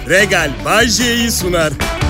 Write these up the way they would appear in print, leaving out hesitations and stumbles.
Regal Bajje'yi sunar.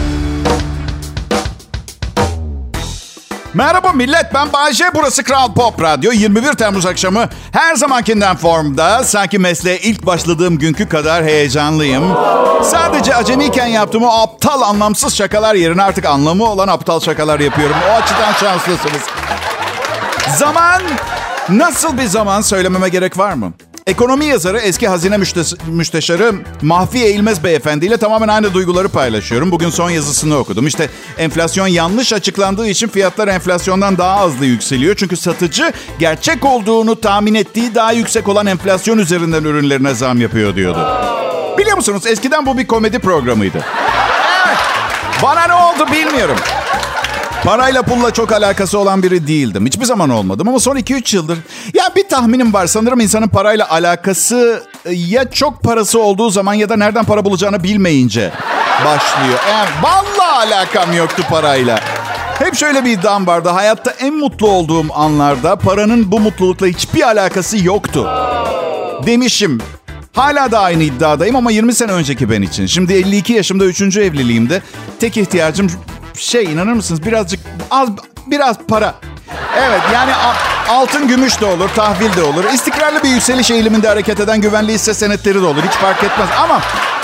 Merhaba millet, ben Bayce. Burası Kral Pop Radyo. 21 Temmuz akşamı her zamankinden formda. Sanki mesleğe ilk başladığım günkü kadar heyecanlıyım. Sadece acemiyken yaptığım o aptal, anlamsız şakalar yerine artık anlamı olan aptal şakalar yapıyorum. O açıdan şanslısınız. Zaman, nasıl bir zaman söylememe gerek var mı? Ekonomi yazarı, eski hazine müsteşarı Mahfi Eğilmez Beyefendi ile tamamen aynı duyguları paylaşıyorum. Bugün son yazısını okudum. İşte enflasyon yanlış açıklandığı için fiyatlar enflasyondan daha hızlı yükseliyor. Çünkü satıcı gerçek olduğunu tahmin ettiği daha yüksek olan enflasyon üzerinden ürünlerine zam yapıyor diyordu. Biliyor musunuz, eskiden bu bir komedi programıydı. Evet, bana ne oldu bilmiyorum. Parayla pulla çok alakası olan biri değildim. Hiçbir zaman olmadım ama son 2-3 yıldır... Ya bir tahminim var. Sanırım insanın parayla alakası ya çok parası olduğu zaman ya da nereden para bulacağını bilmeyince başlıyor. Yani vallahi alakam yoktu parayla. Hep şöyle bir iddiam vardı. Hayatta en mutlu olduğum anlarda paranın bu mutlulukla hiçbir alakası yoktu demişim. Hala da aynı iddiadayım ama 20 sene önceki ben için. Şimdi 52 yaşımda 3. evliliğimde tek ihtiyacım... inanır mısınız? Biraz para. Evet, yani altın, gümüş de olur, tahvil de olur. İstikrarlı bir yükseliş eğiliminde hareket eden güvenli hisse senetleri de olur. Hiç fark etmez ama...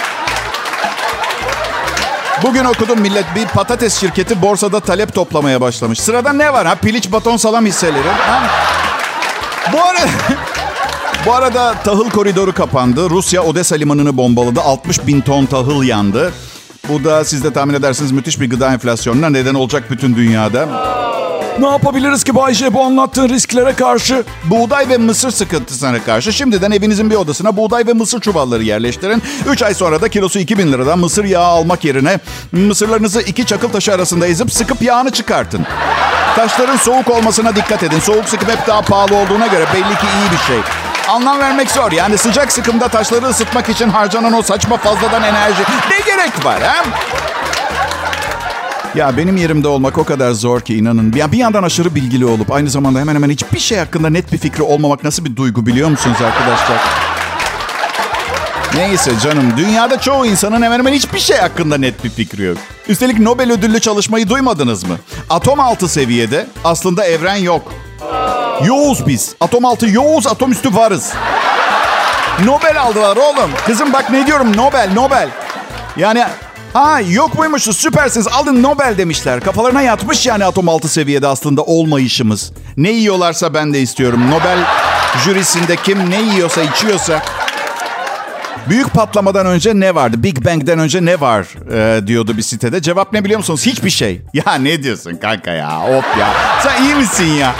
Bugün okudum millet, bir patates şirketi borsada talep toplamaya başlamış. Sırada ne var? Piliç, baton, salam hisseleri. Bu arada tahıl koridoru kapandı. Rusya Odessa limanını bombaladı. 60 bin ton tahıl yandı. Bu da siz de tahmin edersiniz müthiş bir gıda enflasyonuna neden olacak bütün dünyada. Ne yapabiliriz ki Bayce bu anlattığın risklere karşı? Buğday ve mısır sıkıntısına karşı şimdiden evinizin bir odasına buğday ve mısır çuvalları yerleştirin. 3 ay sonra da kilosu 2.000 liradan mısır yağı almak yerine mısırlarınızı 2 çakıl taşı arasında ezip sıkıp yağını çıkartın. Taşların soğuk olmasına dikkat edin. Soğuk sıkım hep daha pahalı olduğuna göre belli ki iyi bir şey. Anlam vermek zor. Yani sıcak sıkımda taşları ısıtmak için harcanan o saçma fazladan enerji ne gerek var ha? Ya benim yerimde olmak o kadar zor ki inanın. Bir yandan aşırı bilgili olup aynı zamanda hemen hemen hiçbir şey hakkında net bir fikri olmamak nasıl bir duygu biliyor musunuz arkadaşlar? Neyse canım, dünyada çoğu insanın hemen hemen hiçbir şey hakkında net bir fikri yok. Üstelik Nobel ödüllü çalışmayı duymadınız mı? Atom altı seviyede aslında evren yok. Yoğuz biz. Atom altı yoğuz, atom üstü varız. Nobel aldılar oğlum. Kızım bak ne diyorum, Nobel. Yani yok muymuşuz, süpersiniz, aldın Nobel demişler. Kafalarına yatmış yani atom altı seviyede aslında olmayışımız. Ne yiyorlarsa ben de istiyorum. Nobel jürisinde kim ne yiyorsa içiyorsa. Büyük patlamadan önce ne vardı? Big Bang'den önce ne var diyordu bir sitede. Cevap ne biliyor musunuz? Hiçbir şey. Ya ne diyorsun kanka ya? Hop ya. Sen iyi misin ya?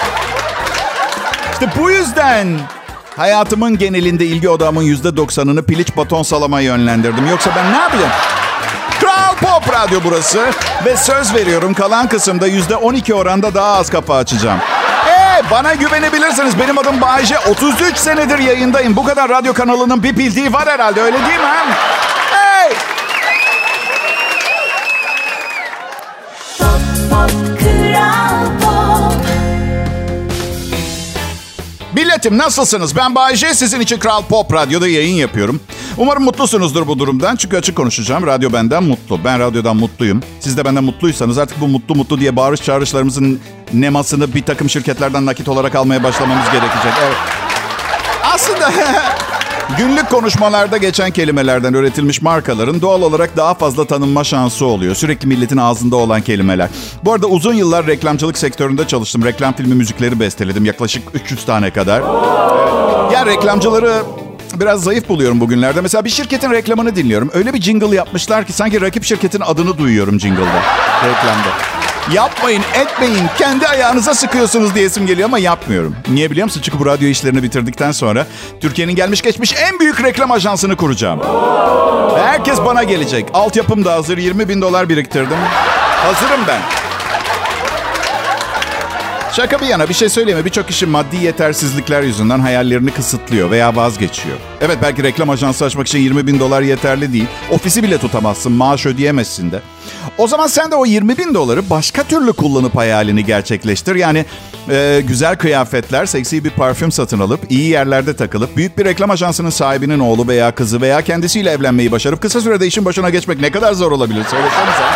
İşte bu yüzden hayatımın genelinde ilgi odağımın %90'ını piliç, baton, salama yönlendirdim. Yoksa ben ne yapayım? Kral Pop Radyo burası. Ve söz veriyorum kalan kısımda %12 oranda daha az kafa açacağım. Bana güvenebilirsiniz. Benim adım Bayce. 33 senedir yayındayım. Bu kadar radyo kanalının bir bildiği var herhalde. Öyle değil mi? Hey! Pop, pop, Kral Pop. Milletim nasılsınız? Ben Bayce. Sizin için Kral Pop Radyo'da yayın yapıyorum. Umarım mutlusunuzdur bu durumdan. Çünkü açık konuşacağım. Radyo benden mutlu. Ben radyodan mutluyum. Siz de benden mutluysanız artık bu mutlu diye bağırış çağrışlarımızın nemasını bir takım şirketlerden nakit olarak almaya başlamamız gerekecek. Evet. Aslında günlük konuşmalarda geçen kelimelerden üretilmiş markaların doğal olarak daha fazla tanınma şansı oluyor. Sürekli milletin ağzında olan kelimeler. Bu arada uzun yıllar reklamcılık sektöründe çalıştım. Reklam filmi müzikleri besteledim. Yaklaşık 300 tane kadar. Evet. Ya reklamcıları biraz zayıf buluyorum bugünlerde. Mesela bir şirketin reklamını dinliyorum. Öyle bir jingle yapmışlar ki sanki rakip şirketin adını duyuyorum jingle'da, reklamda. Yapmayın, etmeyin. Kendi ayağınıza sıkıyorsunuz diyesim geliyor ama yapmıyorum. Niye biliyor musun? Çünkü bu radyo işlerini bitirdikten sonra Türkiye'nin gelmiş geçmiş en büyük reklam ajansını kuracağım. Ve herkes bana gelecek. Altyapım da hazır. $20,000 biriktirdim. Hazırım ben. Şaka bir yana bir şey söyleyeyim mi? Birçok kişi maddi yetersizlikler yüzünden hayallerini kısıtlıyor veya vazgeçiyor. Evet, belki reklam ajansı açmak için $20,000 yeterli değil. Ofisi bile tutamazsın, maaş ödeyemezsin de. O zaman sen de o $20,000 başka türlü kullanıp hayalini gerçekleştir. Yani güzel kıyafetler, seksi bir parfüm satın alıp, iyi yerlerde takılıp, büyük bir reklam ajansının sahibinin oğlu veya kızı veya kendisiyle evlenmeyi başarıp kısa sürede işin başına geçmek ne kadar zor olabilir? Söylesenize.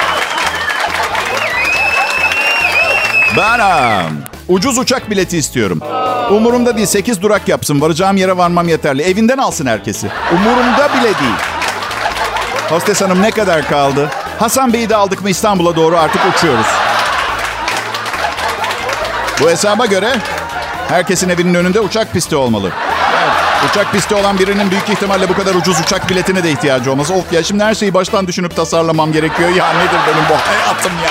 Ben ucuz uçak bileti istiyorum. Umurumda değil, 8 durak yapsın. Varacağım yere varmam yeterli. Evinden alsın herkesi. Umurumda bile değil. Hostes hanım, ne kadar kaldı? Hasan Bey'i de aldık mı İstanbul'a doğru artık uçuyoruz. Bu hesaba göre herkesin evinin önünde uçak pisti olmalı. Evet, uçak pisti olan birinin büyük ihtimalle bu kadar ucuz uçak biletine de ihtiyacı olmaz. Of ya, şimdi her şeyi baştan düşünüp tasarlamam gerekiyor. Ya nedir benim bu hayatım ya?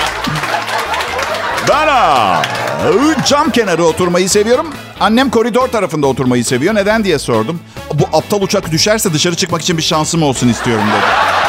Ben cam kenarı oturmayı seviyorum. Annem koridor tarafında oturmayı seviyor. Neden diye sordum. Bu aptal uçak düşerse dışarı çıkmak için bir şansım olsun istiyorum dedi.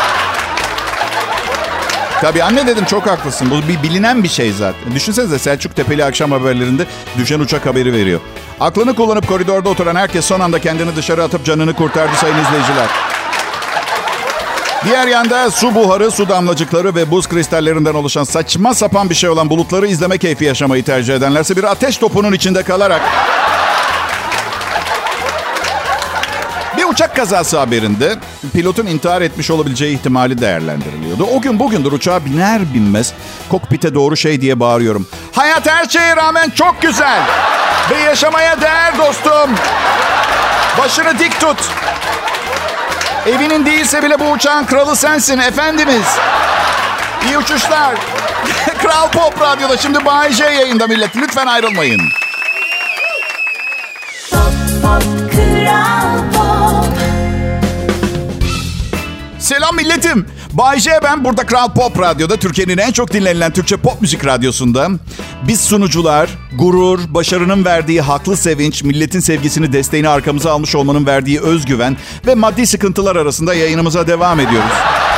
Tabii anne dedim, çok haklısın. Bu bir bilinen bir şey zaten. Düşünsenize, Selçuk Tepeli akşam haberlerinde düşen uçak haberi veriyor. Aklını kullanıp koridorda oturan herkes son anda kendini dışarı atıp canını kurtardı sayın izleyiciler. Diğer yanda su buharı, su damlacıkları ve buz kristallerinden oluşan saçma sapan bir şey olan bulutları izleme keyfi yaşamayı tercih edenlerse bir ateş topunun içinde kalarak... Bir uçak kazası haberinde pilotun intihar etmiş olabileceği ihtimali değerlendiriliyordu. O gün bugündür uçağa biner binmez kokpite doğru şey diye bağırıyorum. Hayat her şeye rağmen çok güzel ve yaşamaya değer dostum. Başını dik tut. Evinin değilse bile bu uçağın kralı sensin efendimiz. İyi uçuşlar. Kral Pop Radyo'da şimdi Bay J yayında millet. Lütfen ayrılmayın. Pop, pop, Kral Pop. Selam milletim. Bay J ben, burada Kral Pop Radyo'da, Türkiye'nin en çok dinlenilen Türkçe pop müzik radyosunda. Biz sunucular, gurur, başarının verdiği haklı sevinç, milletin sevgisini, desteğini arkamıza almış olmanın verdiği özgüven ve maddi sıkıntılar arasında yayınımıza devam ediyoruz.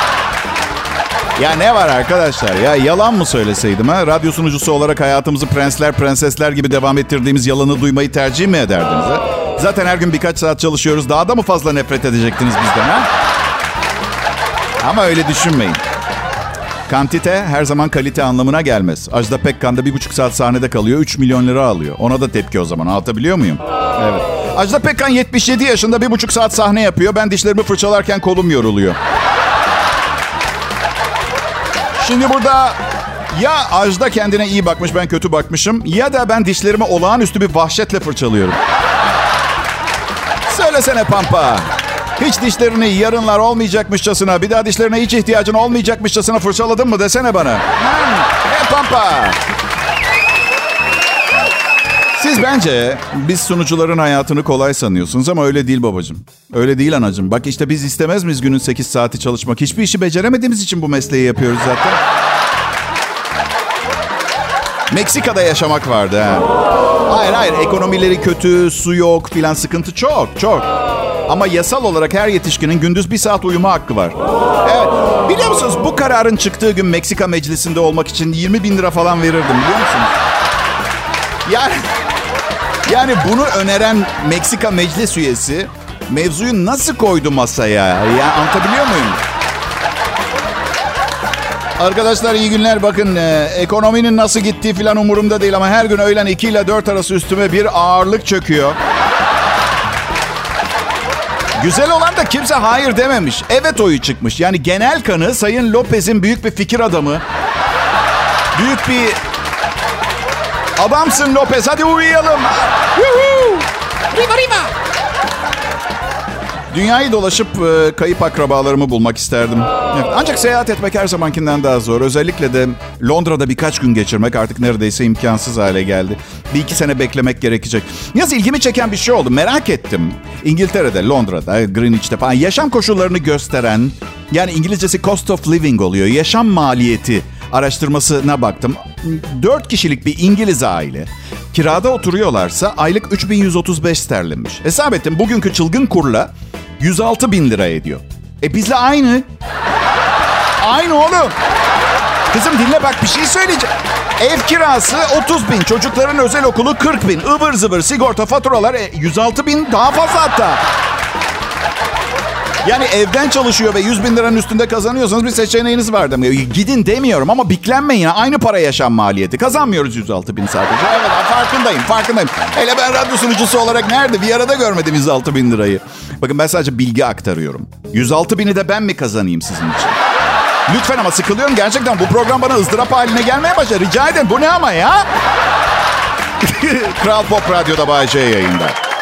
Ya ne var arkadaşlar ya, yalan mı söyleseydim ha? Radyo sunucusu olarak hayatımızı prensler, prensesler gibi devam ettirdiğimiz yalanı duymayı tercih mi ederdiniz ha? Zaten her gün birkaç saat çalışıyoruz, daha da mı fazla nefret edecektiniz bizden ha? Ama öyle düşünmeyin. Kantite her zaman kalite anlamına gelmez. Ajda Pekkan da 1,5 saat sahnede kalıyor, 3 milyon lira alıyor. Ona da tepki o zaman. Anlatabiliyor muyum? Evet. Ajda Pekkan 77 yaşında 1,5 saat sahne yapıyor. Ben dişlerimi fırçalarken kolum yoruluyor. Şimdi burada ya Ajda kendine iyi bakmış, ben kötü bakmışım, ya da ben dişlerimi olağanüstü bir vahşetle fırçalıyorum. Söylesene Pampa. Hiç dişlerini yarınlar olmayacakmışçasına, bir daha dişlerine hiç ihtiyacın olmayacakmışçasına fırçaladın mı desene bana. Pampa. Siz bence biz sunucuların hayatını kolay sanıyorsunuz ama öyle değil babacığım. Öyle değil anacığım. Bak işte biz istemez miyiz günün 8 saati çalışmak? Hiçbir işi beceremediğimiz için bu mesleği yapıyoruz zaten. Meksika'da yaşamak vardı ha. Hayır, ekonomileri kötü, su yok filan, sıkıntı çok. Ama yasal olarak her yetişkinin gündüz 1 saat uyuma hakkı var. Evet, biliyor musunuz bu kararın çıktığı gün Meksika meclisinde olmak için 20.000 lira falan verirdim, biliyor musunuz? Yani bunu öneren Meksika meclis üyesi mevzuyu nasıl koydu masaya? Ya anlatabiliyor muyum? Arkadaşlar iyi günler. Bakın ekonominin nasıl gittiği falan umurumda değil ama her gün öğlen 2 ile 4 arası üstüme bir ağırlık çöküyor. Güzel olan da kimse hayır dememiş. Evet oyu çıkmış. Yani genel kanı Sayın Lopez'in büyük bir fikir adamı. Büyük bir adamsın Lopez. Hadi uyuyalım. Riva. Dünyayı dolaşıp kayıp akrabalarımı bulmak isterdim. Evet, ancak seyahat etmek her zamankinden daha zor. Özellikle de Londra'da birkaç gün geçirmek artık neredeyse imkansız hale geldi. 1-2 sene beklemek gerekecek. Yalnız ilgimi çeken bir şey oldu. Merak ettim. İngiltere'de, Londra'da, Greenwich'te falan yaşam koşullarını gösteren, yani İngilizcesi cost of living oluyor, yaşam maliyeti araştırmasına baktım. 4 kişilik bir İngiliz aile kirada oturuyorlarsa aylık 3.135 sterlinmiş. Hesap ettim, bugünkü çılgın kurla 106.000 lira ediyor. Bizle aynı. Aynı oğlum. Kızım dinle bak, bir şey söyleyeceğim. Ev kirası 30 bin, çocukların özel okulu 40 bin, ıvır zıvır sigorta faturalar 106 bin, daha fazla hatta. Yani evden çalışıyor ve 100 bin liranın üstünde kazanıyorsanız bir seçeneğiniz var demek. Gidin demiyorum ama biklenmeyin. Aynı para yaşam maliyeti. Kazanmıyoruz 106 bin sadece. Evet, farkındayım. Hele ben radyo sunucusu olarak nerede? Bir arada görmedim 106 bin lirayı. Bakın ben sadece bilgi aktarıyorum. 106 bini de ben mi kazanayım sizin için? Lütfen ama sıkılıyorum. Gerçekten bu program bana ızdırap haline gelmeye başladı. Rica ederim. Bu ne ama ya? Kral Pop Radyo'da Bay J yayında.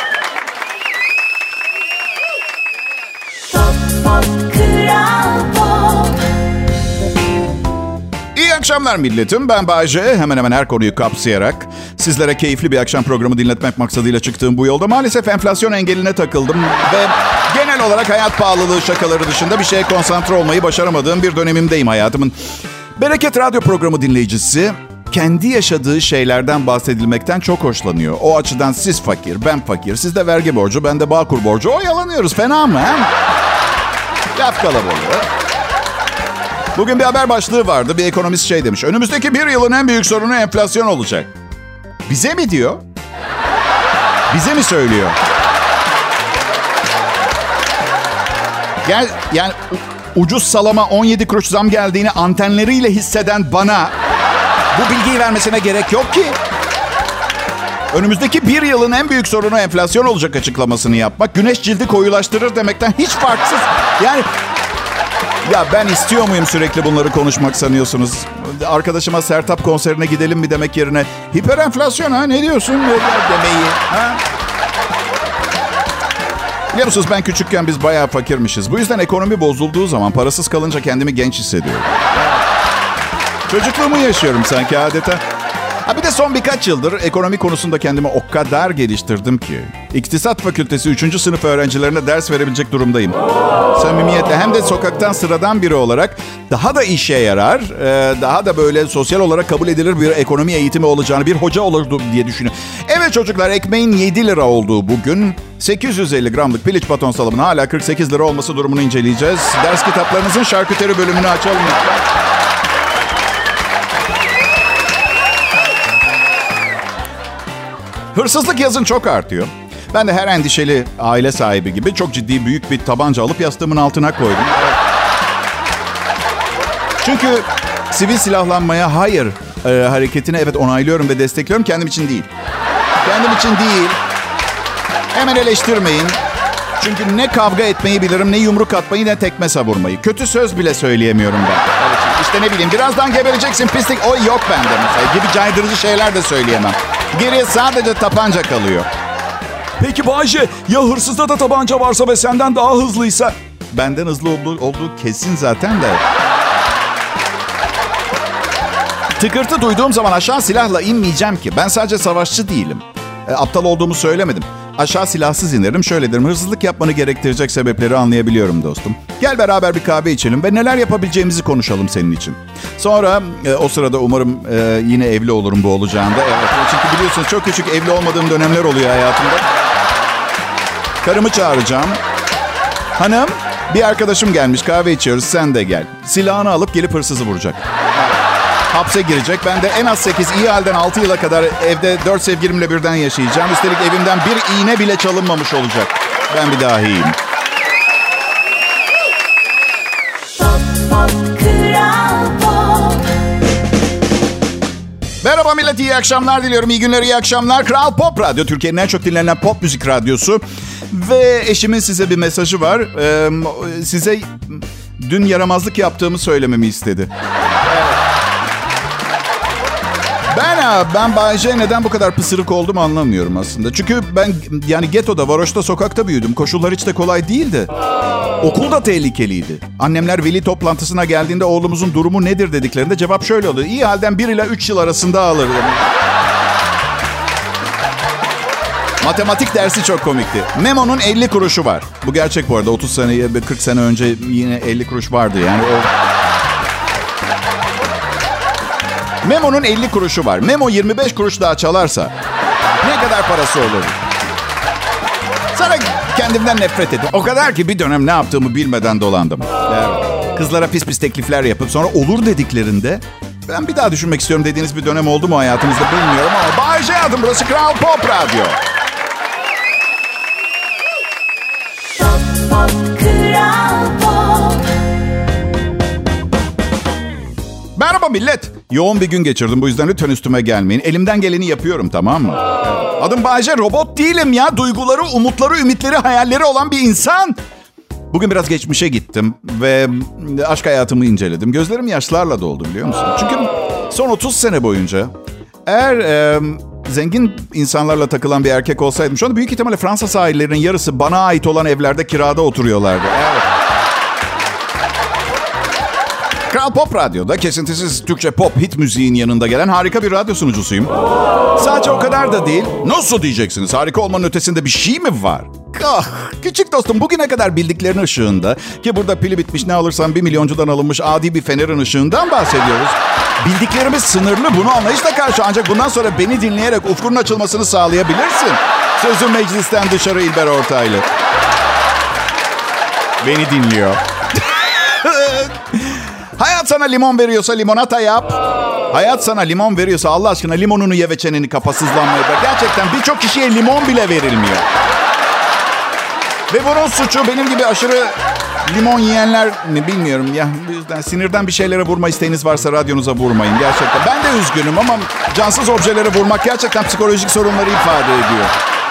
İyi akşamlar milletim. Ben Bay J. Hemen hemen her konuyu kapsayarak sizlere keyifli bir akşam programı dinletmek maksadıyla çıktığım bu yolda maalesef enflasyon engeline takıldım ve genel olarak hayat pahalılığı şakaları dışında bir şeye konsantre olmayı başaramadığım bir dönemimdeyim hayatımın. Bereket Radyo programı dinleyicisi kendi yaşadığı şeylerden bahsedilmekten çok hoşlanıyor. O açıdan siz fakir, ben fakir, sizde vergi borcu, ben de Bağkur borcu. Oyalanıyoruz, fena mı? He? Laf kalabalığı. Bugün bir haber başlığı vardı. Bir ekonomist şey demiş. Önümüzdeki bir yılın en büyük sorunu enflasyon olacak. Bize mi diyor? Bize mi söylüyor? Yani ucuz salama 17 kuruş zam geldiğini antenleriyle hisseden bana bu bilgiyi vermesine gerek yok ki. Önümüzdeki bir yılın en büyük sorunu enflasyon olacak açıklamasını yapmak, güneş cildi koyulaştırır demekten hiç farksız. Yani ya ben istiyor muyum sürekli bunları konuşmak sanıyorsunuz? Arkadaşıma Sertab konserine gidelim mi demek yerine hiperenflasyon ha ne diyorsun demeyi. Ha? Biliyor musunuz ben küçükken biz bayağı fakirmişiz. Bu yüzden ekonomi bozulduğu zaman parasız kalınca kendimi genç hissediyorum. Çocukluğumu yaşıyorum sanki adeta. Ha bir de son birkaç yıldır ekonomi konusunda kendimi o kadar geliştirdim ki İktisat Fakültesi 3. sınıf öğrencilerine ders verebilecek durumdayım. Samimiyetle hem de sokaktan sıradan biri olarak daha da işe yarar, daha da böyle sosyal olarak kabul edilir bir ekonomi eğitimi olacağını, bir hoca olurdu diye düşünüyorum. Evet çocuklar, ekmeğin 7 lira olduğu bugün 850 gramlık piliç baton salamının hala 48 lira olması durumunu inceleyeceğiz. Ders kitaplarınızın şarküteri bölümünü açalım lütfen. Hırsızlık yazın çok artıyor. Ben de her endişeli aile sahibi gibi çok ciddi büyük bir tabanca alıp yastığımın altına koydum. Çünkü sivil silahlanmaya hayır hareketini evet onaylıyorum ve destekliyorum. Kendim için değil. Kendim için değil. Hemen eleştirmeyin. Çünkü ne kavga etmeyi bilirim, ne yumruk atmayı, ne tekme savurmayı. Kötü söz bile söyleyemiyorum ben. Evet, işte ne bileyim birazdan gebereceksin pislik. O yok bende mesela gibi caydırıcı şeyler de söyleyemem. Geriye sadece tabanca kalıyor. Peki Bayce, ya hırsızda da tabanca varsa ve senden daha hızlıysa? Benden hızlı olduğu kesin zaten de. Tıkırtı duyduğum zaman aşağı silahla inmeyeceğim ki. Ben sadece savaşçı değilim. Aptal olduğumu söylemedim. Aşağı silahsız inerim, şöyle derim. Hırsızlık yapmanı gerektirecek sebepleri anlayabiliyorum dostum. Gel beraber bir kahve içelim ve neler yapabileceğimizi konuşalım senin için. Sonra o sırada umarım yine evli olurum bu olacağında. Evet, çünkü biliyorsunuz çok küçük evli olmadığım dönemler oluyor hayatımda. Karımı çağıracağım. Hanım, bir arkadaşım gelmiş, kahve içiyoruz, sen de gel. Silahını alıp gelip hırsızı vuracak. Hapse girecek. Ben de en az 8, iyi halden 6 yıla kadar evde 4 sevgilimle birden yaşayacağım. Üstelik evimden bir iğne bile çalınmamış olacak. Ben bir dahiyim. Merhaba millet, iyi akşamlar diliyorum. İyi günler, iyi akşamlar. Kral Pop Radyo, Türkiye'nin en çok dinlenen pop müzik radyosu. Ve eşimin size bir mesajı var. Size dün yaramazlık yaptığımı söylememi istedi. Ben Bay J neden bu kadar pısırık oldum anlamıyorum aslında. Çünkü ben yani ghetto'da, varoşta, sokakta büyüdüm. Koşullar hiç de kolay değildi. Okul da tehlikeliydi. Annemler veli toplantısına geldiğinde oğlumuzun durumu nedir dediklerinde cevap şöyle oluyor. İyi halden 1 ile 3 yıl arasında alır. Matematik dersi çok komikti. Memo'nun 50 kuruşu var. Bu gerçek bu arada. 30 sene, 40 sene önce yine 50 kuruş vardı. Yani o... Memo'nun 50 kuruşu var. Memo 25 kuruş daha çalarsa ne kadar parası olur? Sana kendimden nefret ettim. O kadar ki bir dönem ne yaptığımı bilmeden dolandım. Evet. Kızlara pis pis teklifler yapıp sonra olur dediklerinde ben bir daha düşünmek istiyorum dediğiniz bir dönem oldu mu hayatınızda bilmiyorum ama Bay J adım, burası Kral Pop Radyo. Pop Pop Kral Pop. Merhaba millet. Yoğun bir gün geçirdim, bu yüzden lütfen üstüme gelmeyin. Elimden geleni yapıyorum, tamam mı? Adım Bay J, robot değilim ya. Duyguları, umutları, ümitleri, hayalleri olan bir insan. Bugün biraz geçmişe gittim ve aşk hayatımı inceledim. Gözlerim yaşlarla doldu, biliyor musun? Çünkü son 30 sene boyunca eğer zengin insanlarla takılan bir erkek olsaydım şu anda büyük ihtimalle Fransa sahillerinin yarısı bana ait olan evlerde kirada oturuyorlardı. Evet. Kral Pop Radyo'da kesintisiz Türkçe pop hit müziğin yanında gelen harika bir radyo sunucusuyum. Sadece o kadar da değil. Nasıl diyeceksiniz? Harika olmanın ötesinde bir şey mi var? Küçük dostum, bugüne kadar bildiklerinin ışığında, ki burada pili bitmiş ne alırsan 1 milyoncudan alınmış adi bir fenerin ışığından bahsediyoruz. Bildiklerimiz sınırlı, bunu anlayışla karşı, ancak bundan sonra beni dinleyerek ufkunun açılmasını sağlayabilirsin. Sözüm meclisten dışarı İlber Ortaylı. Beni dinliyor. Hayat sana limon veriyorsa limonata yap. Hayat sana limon veriyorsa Allah aşkına limonunu ye ve çeneni kapa, sızlanmayı bırak. Gerçekten birçok kişiye limon bile verilmiyor. Ve bunun suçu benim gibi aşırı limon yiyenler mi bilmiyorum ya. Bu yüzden sinirden bir şeylere vurma isteğiniz varsa radyonuza vurmayın gerçekten. Ben de üzgünüm ama cansız objelere vurmak gerçekten psikolojik sorunları ifade ediyor.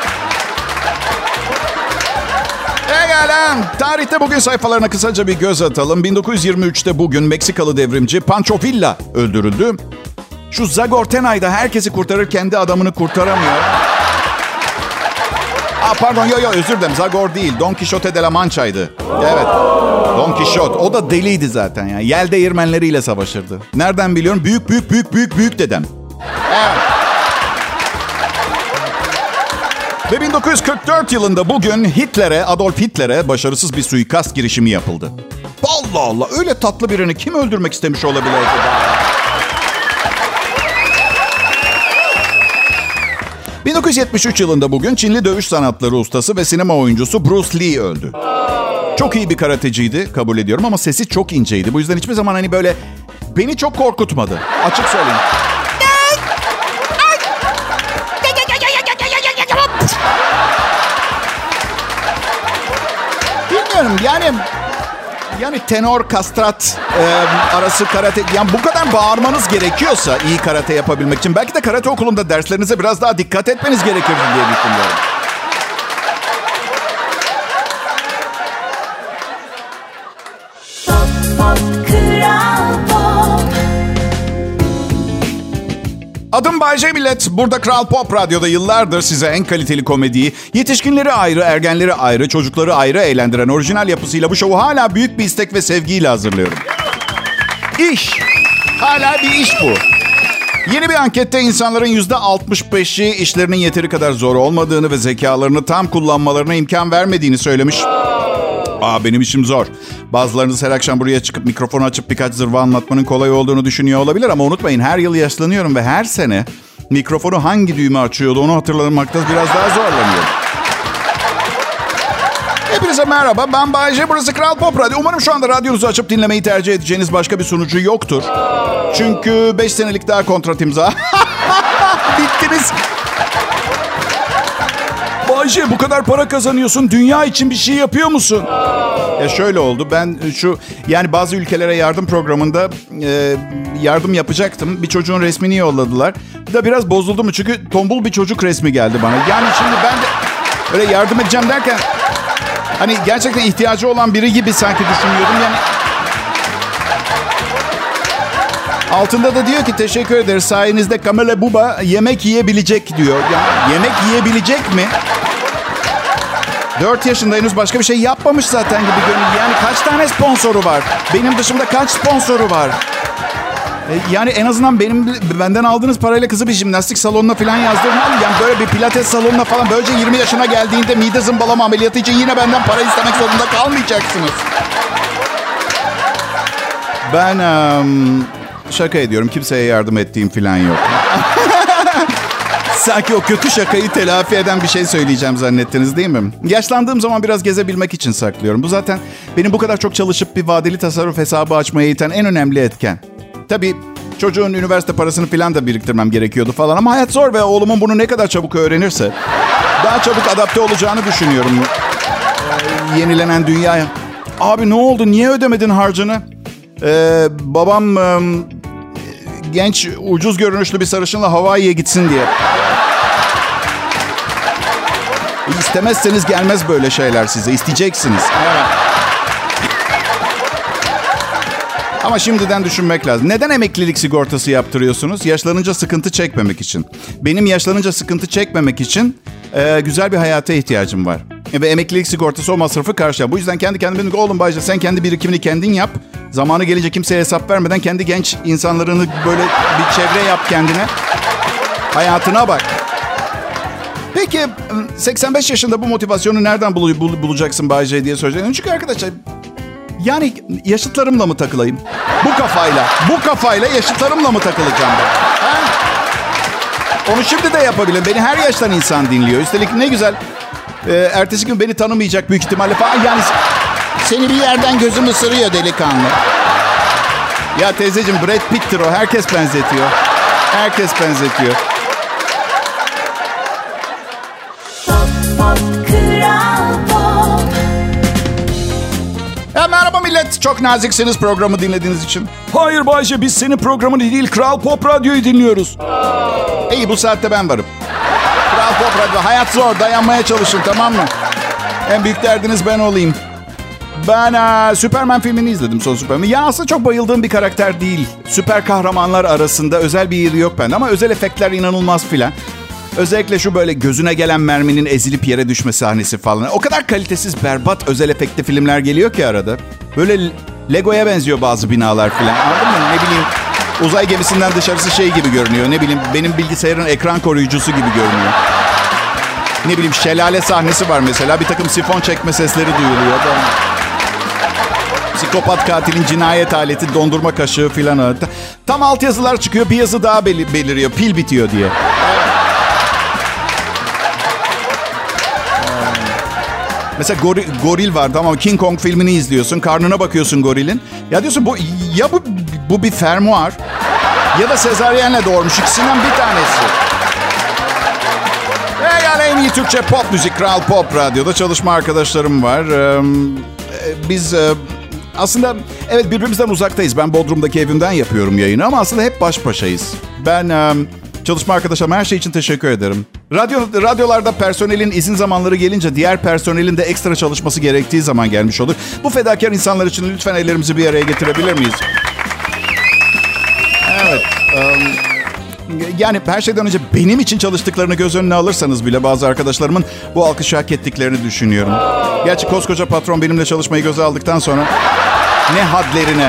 Tarihte bugün sayfalarına kısaca bir göz atalım. 1923'te bugün Meksikalı devrimci Pancho Villa öldürüldü. Şu Zagortenay'da herkesi kurtarır, kendi adamını kurtaramıyor. Pardon, özür dilerim. Zagor değil, Don Quixote de la Mancha'ydı. Evet, Don Quixote. O da deliydi zaten ya. Yel değirmenleriyle savaşırdı. Nereden biliyorum? Büyük dedem. Evet. Ve 1944 yılında bugün Adolf Hitler'e başarısız bir suikast girişimi yapıldı. Allah Allah, öyle tatlı birini kim öldürmek istemiş olabilir acaba? 1973 yılında bugün Çinli dövüş sanatları ustası ve sinema oyuncusu Bruce Lee öldü. Çok iyi bir karateciydi, kabul ediyorum, ama sesi çok inceydi. Bu yüzden hiçbir zaman hani böyle beni çok korkutmadı. Açık söyleyeyim. Bilmiyorum yani tenor kastrat arası karate, yani bu kadar bağırmanız gerekiyorsa iyi karate yapabilmek için belki de karate okulunda derslerinize biraz daha dikkat etmeniz gerekir diye düşünüyorum. Pop Pop Kral Pop. Adım Bay J millet. Burada Kral Pop Radyo'da yıllardır size en kaliteli komediyi, yetişkinleri ayrı, ergenleri ayrı, çocukları ayrı eğlendiren orijinal yapısıyla bu şovu hala büyük bir istek ve sevgiyle hazırlıyorum. İş. Hala bir iş bu. Yeni bir ankette insanların %65'i işlerinin yeteri kadar zor olmadığını ve zekalarını tam kullanmalarına imkan vermediğini söylemiş. Benim işim zor. Bazılarınız her akşam buraya çıkıp mikrofonu açıp birkaç zırva anlatmanın kolay olduğunu düşünüyor olabilir ama unutmayın, her yıl yaşlanıyorum ve her sene mikrofonu hangi düğme açıyordu onu hatırlamakta biraz daha zorlanıyorum. Hepinize merhaba, ben Bay J, burası Kral Pop Radyo. Umarım şu anda radyonuzu açıp dinlemeyi tercih edeceğiniz başka bir sunucu yoktur. Çünkü 5 senelik daha kontrat imza. Bittiniz. Bay J, bu kadar para kazanıyorsun, dünya için bir şey yapıyor musun? Ya şöyle oldu, ben bazı ülkelere yardım programında yardım yapacaktım. Bir çocuğun resmini yolladılar. Da biraz bozuldum çünkü tombul bir çocuk resmi geldi bana. Yani şimdi ben de öyle yardım edeceğim derken hani gerçekten ihtiyacı olan biri gibi sanki düşünüyordum yani. Altında da diyor ki teşekkür ederiz, sayenizde Kamele Buba yemek yiyebilecek diyor. Yani yemek yiyebilecek mi? 4 yaşında, henüz başka bir şey yapmamış zaten gibi görünüyor. Yani kaç tane sponsoru var? Benim dışımda kaç sponsoru var? Yani en azından benden aldığınız parayla kızı bir jimnastik salonuna falan yazdırmam. Yani böyle bir pilates salonuna falan, böylece 20 yaşına geldiğinde mide zımbalama ameliyatı için yine benden para istemek zorunda kalmayacaksınız. Ben şaka ediyorum. Kimseye yardım ettiğim falan yok. Sanki o kötü şakayı telafi eden bir şey söyleyeceğim zannettiniz değil mi? Yaşlandığım zaman biraz gezebilmek için saklıyorum. Bu zaten benim bu kadar çok çalışıp bir vadeli tasarruf hesabı açmaya iten en önemli etken. Tabii Çocuğun üniversite parasını falan da biriktirmem gerekiyordu falan. Ama hayat zor ve oğlumun bunu ne kadar çabuk öğrenirse daha çabuk adapte olacağını düşünüyorum. Yenilenen dünyaya. Abi ne oldu? Niye ödemedin harcını? Babam genç, ucuz görünüşlü bir sarışınla Hawaii'ye gitsin diye. İstemezseniz gelmez böyle şeyler size. İsteyeceksiniz. Evet. Ama şimdiden düşünmek lazım. Neden emeklilik sigortası yaptırıyorsunuz? Yaşlanınca sıkıntı çekmemek için. Benim yaşlanınca sıkıntı çekmemek için güzel bir hayata ihtiyacım var. Ve emeklilik sigortası o masrafı karşılar. Bu yüzden kendi kendime dedim ki oğlum Bayce sen kendi birikimini kendin yap. Zamanı gelince kimseye hesap vermeden kendi genç insanlarını böyle bir çevre yap kendine. Hayatına bak. Peki 85 yaşında bu motivasyonu nereden bulacaksın Bayce diye soracaksın. Çünkü arkadaşlar yani yaşıtlarımla mı takılayım? Bu kafayla yaşıtlarımla mı takılacağım ben? Ha? Onu şimdi de yapabilirim. Beni her yaştan insan dinliyor. Üstelik ne güzel. Ertesi gün beni tanımayacak büyük ihtimalle falan. Yani seni bir yerden gözüm ısırıyor delikanlı. Ya teyzeciğim Brad Pitt'tir o. Herkes benzetiyor. Herkes benzetiyor. Merhaba millet. Çok naziksiniz programı dinlediğiniz için. Hayır Bayce, biz senin programını değil Kral Pop Radyo'yu dinliyoruz. İyi, bu saatte ben varım. Kral Pop Radyo. Hayat zor. Dayanmaya çalışın, tamam mı? En büyük derdiniz ben olayım. Ben Superman filmini izledim, son Superman. Ya aslında çok bayıldığım bir karakter değil. Süper kahramanlar arasında özel bir yeri yok bende. Ama özel efektler inanılmaz filan. Özellikle şu böyle gözüne gelen merminin ezilip yere düşme sahnesi falan. O kadar kalitesiz, berbat özel efektli filmler geliyor ki arada. Böyle Lego'ya benziyor bazı binalar falan. Anladın mı? Ne bileyim, uzay gemisinden dışarısı şey gibi görünüyor. Ne bileyim, benim bilgisayarın ekran koruyucusu gibi görünüyor. Ne bileyim, şelale sahnesi var mesela. Bir takım sifon çekme sesleri duyuluyor. Psikopat katilin cinayet aleti, dondurma kaşığı filan. Tam altyazılar çıkıyor, bir yazı daha beliriyor. Pil bitiyor diye. Mesela goril var, tamam, King Kong filmini izliyorsun. Karnına bakıyorsun gorilin. Ya diyorsun bu bir fermuar ya da sezaryenle doğurmuş. İkisinden bir tanesi. Yani en iyi Türkçe pop müzik Kral Pop Radyo'da çalışma arkadaşlarım var. Biz aslında evet birbirimizden uzaktayız. Ben Bodrum'daki evimden yapıyorum yayını ama aslında hep baş başayız. Ben çalışma arkadaşlarıma her şey için teşekkür ederim. Radyolarda personelin izin zamanları gelince diğer personelin de ekstra çalışması gerektiği zaman gelmiş olur. Bu fedakar insanlar için lütfen ellerimizi bir araya getirebilir miyiz? Evet. Yani her şeyden önce benim için çalıştıklarını göz önüne alırsanız bile bazı arkadaşlarımın bu alkışı hak ettiklerini düşünüyorum. Gerçi koskoca patron benimle çalışmayı göze aldıktan sonra ne hadlerine.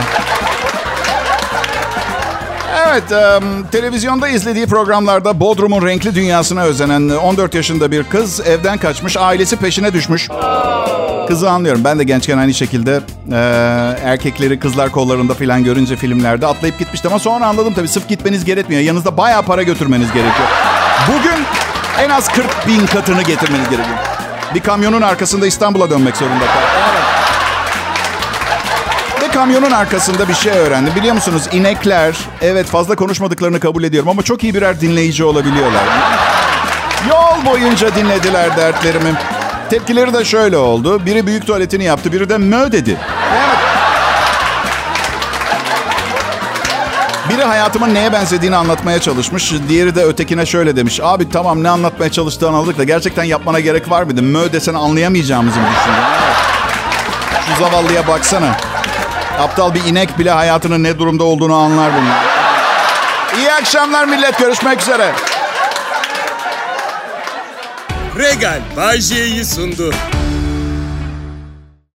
Evet, televizyonda izlediği programlarda Bodrum'un renkli dünyasına özenen 14 yaşında bir kız evden kaçmış, ailesi peşine düşmüş. Kızı anlıyorum. Ben de gençken aynı şekilde erkekleri kızlar kollarında falan görünce filmlerde atlayıp gitmiştim. Ama sonra anladım tabii, sırf gitmeniz gerekmiyor. Yanınızda bayağı para götürmeniz gerekiyor. Bugün en az 40.000 katını getirmeniz gerekiyor. Bir kamyonun arkasında İstanbul'a dönmek zorunda kaldım. Kamyonun arkasında bir şey öğrendim. Biliyor musunuz? İnekler, evet, fazla konuşmadıklarını kabul ediyorum ama çok iyi birer dinleyici olabiliyorlar. Yol boyunca dinlediler dertlerimi. Tepkileri de şöyle oldu. Biri büyük tuvaletini yaptı, biri de mö dedi. Evet. Biri hayatımın neye benzediğini anlatmaya çalışmış. Diğeri de ötekine şöyle demiş. Abi tamam, ne anlatmaya çalıştığını anladık da gerçekten yapmana gerek var mıydı? Mö desen anlayamayacağımızı mı düşündün? Şu zavallıya baksana. Aptal bir inek bile hayatının ne durumda olduğunu anlar bunu. İyi akşamlar millet. Görüşmek üzere. Regal Bay J'yi sundu.